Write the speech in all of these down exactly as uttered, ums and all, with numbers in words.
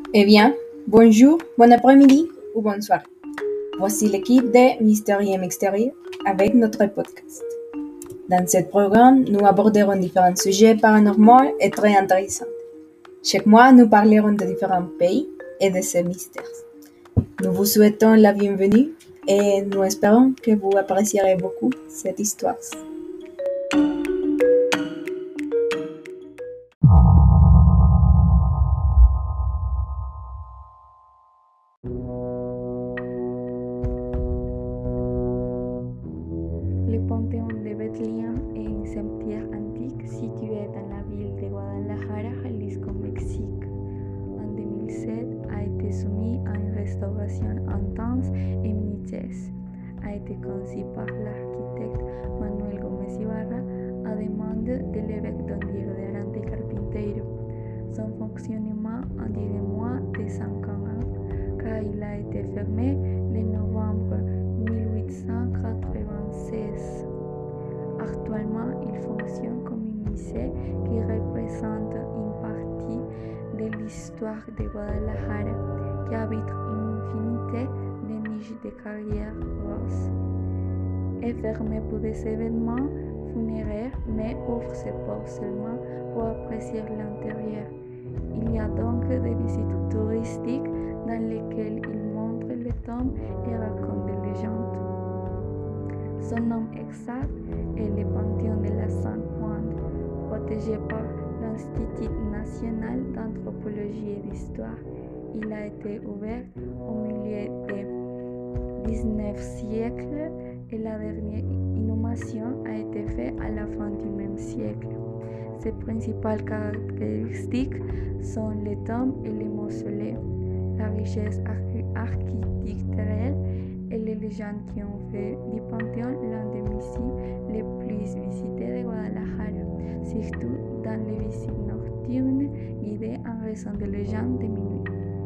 Eh bien, bonjour, bon après-midi ou bonsoir. Voici l'équipe de Mystérieux Extérieur avec notre podcast. Dans ce programme, nous aborderons différents sujets paranormaux et très intéressants. Chaque mois, nous parlerons de différents pays et de ces mystères. Nous vous souhaitons la bienvenue et nous espérons que vous apprécierez beaucoup cette histoire. Le Panthéon de Bethléem est un cimetière antique situé dans la ville de Guadalajara, Jalisco, Mexique. En deux mille sept, a été soumis à une restauration intense et minutieuse. A été conçu par l'architecte Manuel Gómez Ibarra à demande de l'évêque Don Diego de Aranda Carpinteiro. Son fonctionnement a duré moins de cinquante ans car il a été fermé le novembre mille huit cent quatre-vingt-seize. Actuellement, il fonctionne comme un musée qui représente une partie de l'histoire de Guadalajara, qui abrite une infinité de niches de carrières roses. Est fermé pour des événements funéraires, mais ouvre ses portes seulement pour apprécier l'intérieur. Il y a donc des visites touristiques dans lesquelles il montre les tombes et raconte des légendes. Son nom exact est le Panthéon de la Sainte-Pointe, protégé par l'Institut national d'anthropologie et d'histoire. Il a été ouvert au milieu du dix-neuvième siècle et la dernière inhumation a été faite à la fin du même siècle. Ses principales caractéristiques sont les tombes et les mausolées, la richesse architecturale et les légendes qui ont fait du Panthéon l'un des musées les plus visités de Guadalajara, surtout dans les visites nocturnes guidées en raison des légendes de minuit.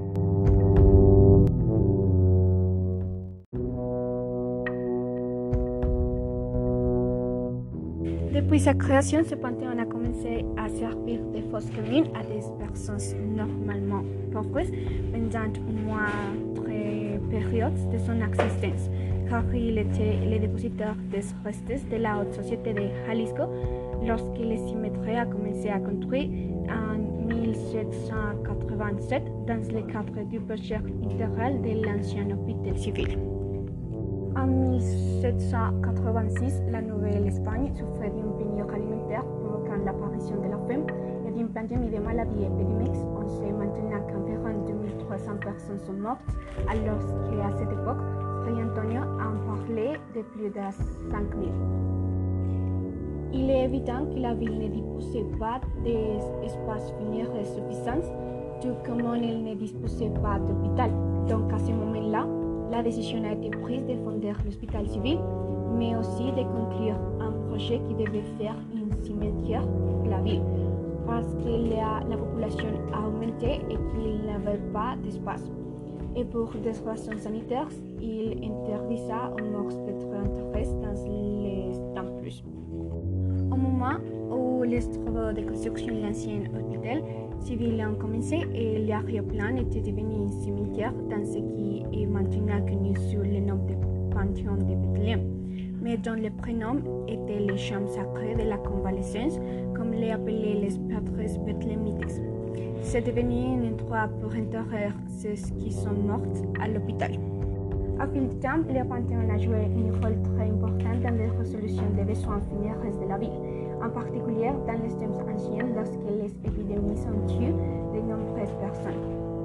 Depuis sa création, ce panthéon a commencé à servir de fosse commune à des personnes normalement pauvres pendant une moindre période de son existence, car il était le dépositaire des restes de la haute société de Jalisco lorsque le cimetière a commencé à construire en mille sept cent quatre-vingt-sept dans le cadre du projet intégral de l'ancien hôpital civil. En mille sept cent quatre-vingt-six, la Nouvelle-Espagne souffrait d'une pénurie alimentaire provoquant l'apparition de la faim et d'une pandémie de maladies épidémiques. On sait maintenant qu'environ deux mille trois cents personnes sont mortes, alors qu'à cette époque, Fray Antonio en parlait de plus de cinq mille. Il est évident que la ville ne disposait pas d'espaces funéraires suffisants, tout comme elle ne disposait pas d'hôpital. Donc à ce moment-là, la décision a été prise de fonder l'hôpital civil, mais aussi de conclure un projet qui devait faire un cimetière pour la ville, parce que la, la population a augmenté et qu'il n'avait pas d'espace. Et pour des raisons sanitaires, il interdisa aux morts d'être enterrés dans les temples. Au moment où les travaux de construction de l'ancien hôpital civil ont commencé, et l'arrière-plan était devenu un cimetière dans ce qui est maintenant connu sous le nom de Panthéon de Bethléem, mais dont le prénom était les chambres sacrées de la convalescence, comme les appelaient les prêtres bethlémites. C'est devenu un endroit pour enterrer ceux qui sont morts à l'hôpital. Au fil du temps, le Panthéon a joué un rôle très important dans la résolution des besoins funéraires de la ville, en particulier dans les temps anciens lorsque les épidémies ont tué de nombreuses personnes.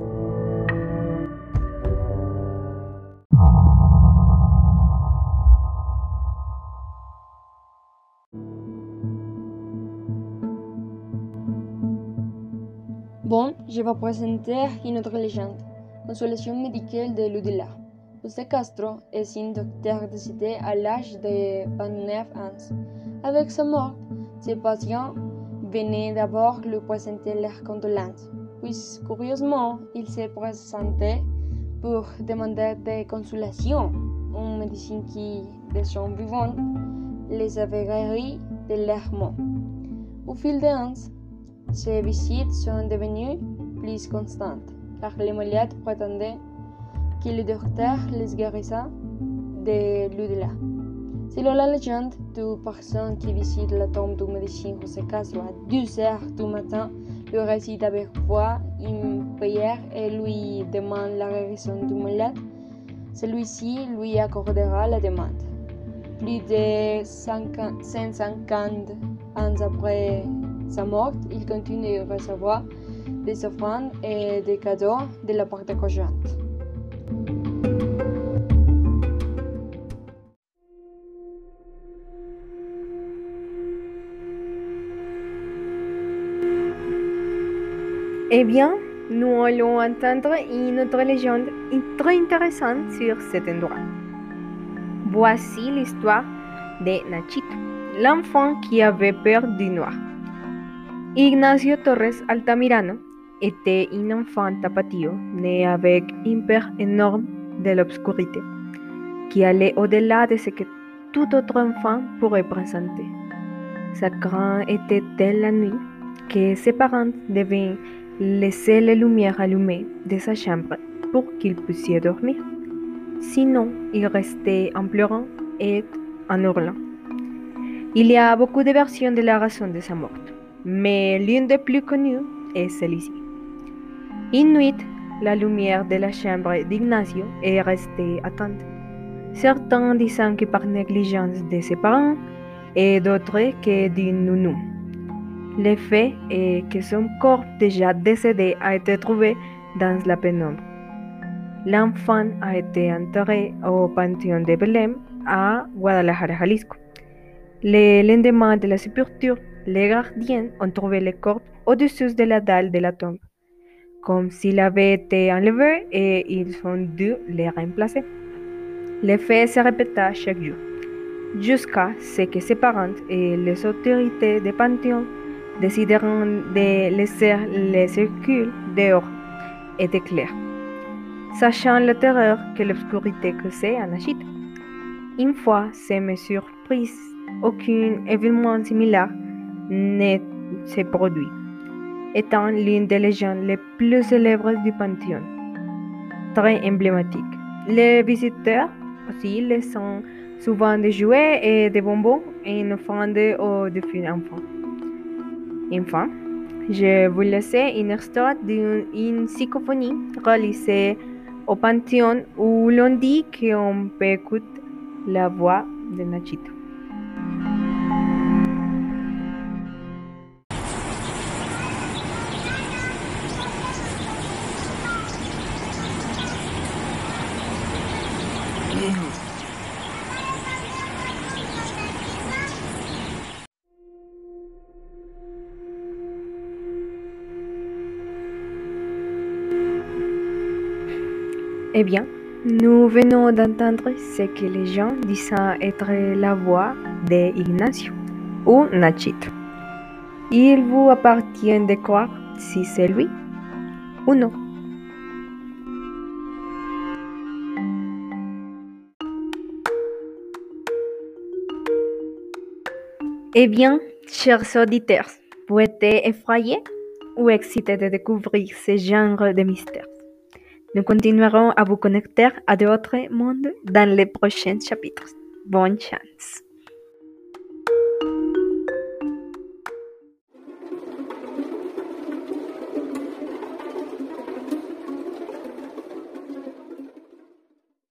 Bon, je vais présenter une autre légende, consolation médicale de l'au-delà. José Castro est un docteur décédé à l'âge de vingt-neuf ans. Avec sa mort, ses patients venaient d'abord lui présenter leurs condoléances, puis curieusement, il s'est présenté pour demander des consolations, une médecine qui, de son vivant, les avait guéris de leurs maux. Au fil des ans, ces visites sont devenues plus constantes. car les malades prétendaient que le docteur les guérissait de l'au-delà. Selon la légende, toute personne qui visite la tombe du médecin José Castro à deux heures du matin lui récite avec voix une prière et lui demande la guérison du malade, celui-ci lui accordera la demande. Plus de cent cinquante ans après sa mort, il continue de recevoir des offrandes et des cadeaux de la part des croyants. Eh bien, nous allons entendre une autre légende très intéressante sur cet endroit. Voici l'histoire de Nachito, l'enfant qui avait peur du noir. Ignacio Torres Altamirano était un enfant tapatío né avec une peur énorme de l'obscurité, qui allait au-delà de ce que tout autre enfant pourrait présenter. Sa crainte était telle la nuit que ses parents devaient laisser les lumières allumées de sa chambre pour qu'il puisse dormir. Sinon, il restait en pleurant et en hurlant. Il y a beaucoup de versions de la raison de sa mort, mais l'une des plus connues est celle-ci. Une nuit, la lumière de la chambre d'Ignacio est restée éteinte. Certains disant que par négligence de ses parents et d'autres que d'une nounou. Le fait est que son corps déjà décédé a été trouvé dans la pénombre. L'enfant a été enterré au Panthéon de Belém à Guadalajara, Jalisco. Le lendemain de la sépulture, les gardiens ont trouvé le corps au-dessus de la dalle de la tombe, comme s'il avait été enlevé et ils ont dû le remplacer. Le fait se répéta chaque jour, jusqu'à ce que ses parents et les autorités du Panthéon décideront de laisser les circuits dehors et d'éclairer, sachant la terreur que l'obscurité causait à Nachito. Une fois ces mesures prises, aucun événement similaire ne s'est produit, étant l'une des légendes les plus célèbres du Panthéon, très emblématique. Les visiteurs aussi laissent souvent des jouets et des bonbons et une offrande aux défunts enfants. Enfin, je vous laisse une histoire d'une psychophonie réalisée au Panthéon où l'on dit qu'on peut écouter la voix de Nachito. Eh bien, nous venons d'entendre ce que les gens disent être la voix d'Ignacio ou Nachito. Il vous appartient de croire si c'est lui ou non. Eh bien, chers auditeurs, vous êtes effrayés ou excités de découvrir ce genre de mystère? Nous continuerons à vous connecter à d'autres mondes dans les prochains chapitres. Bonne chance!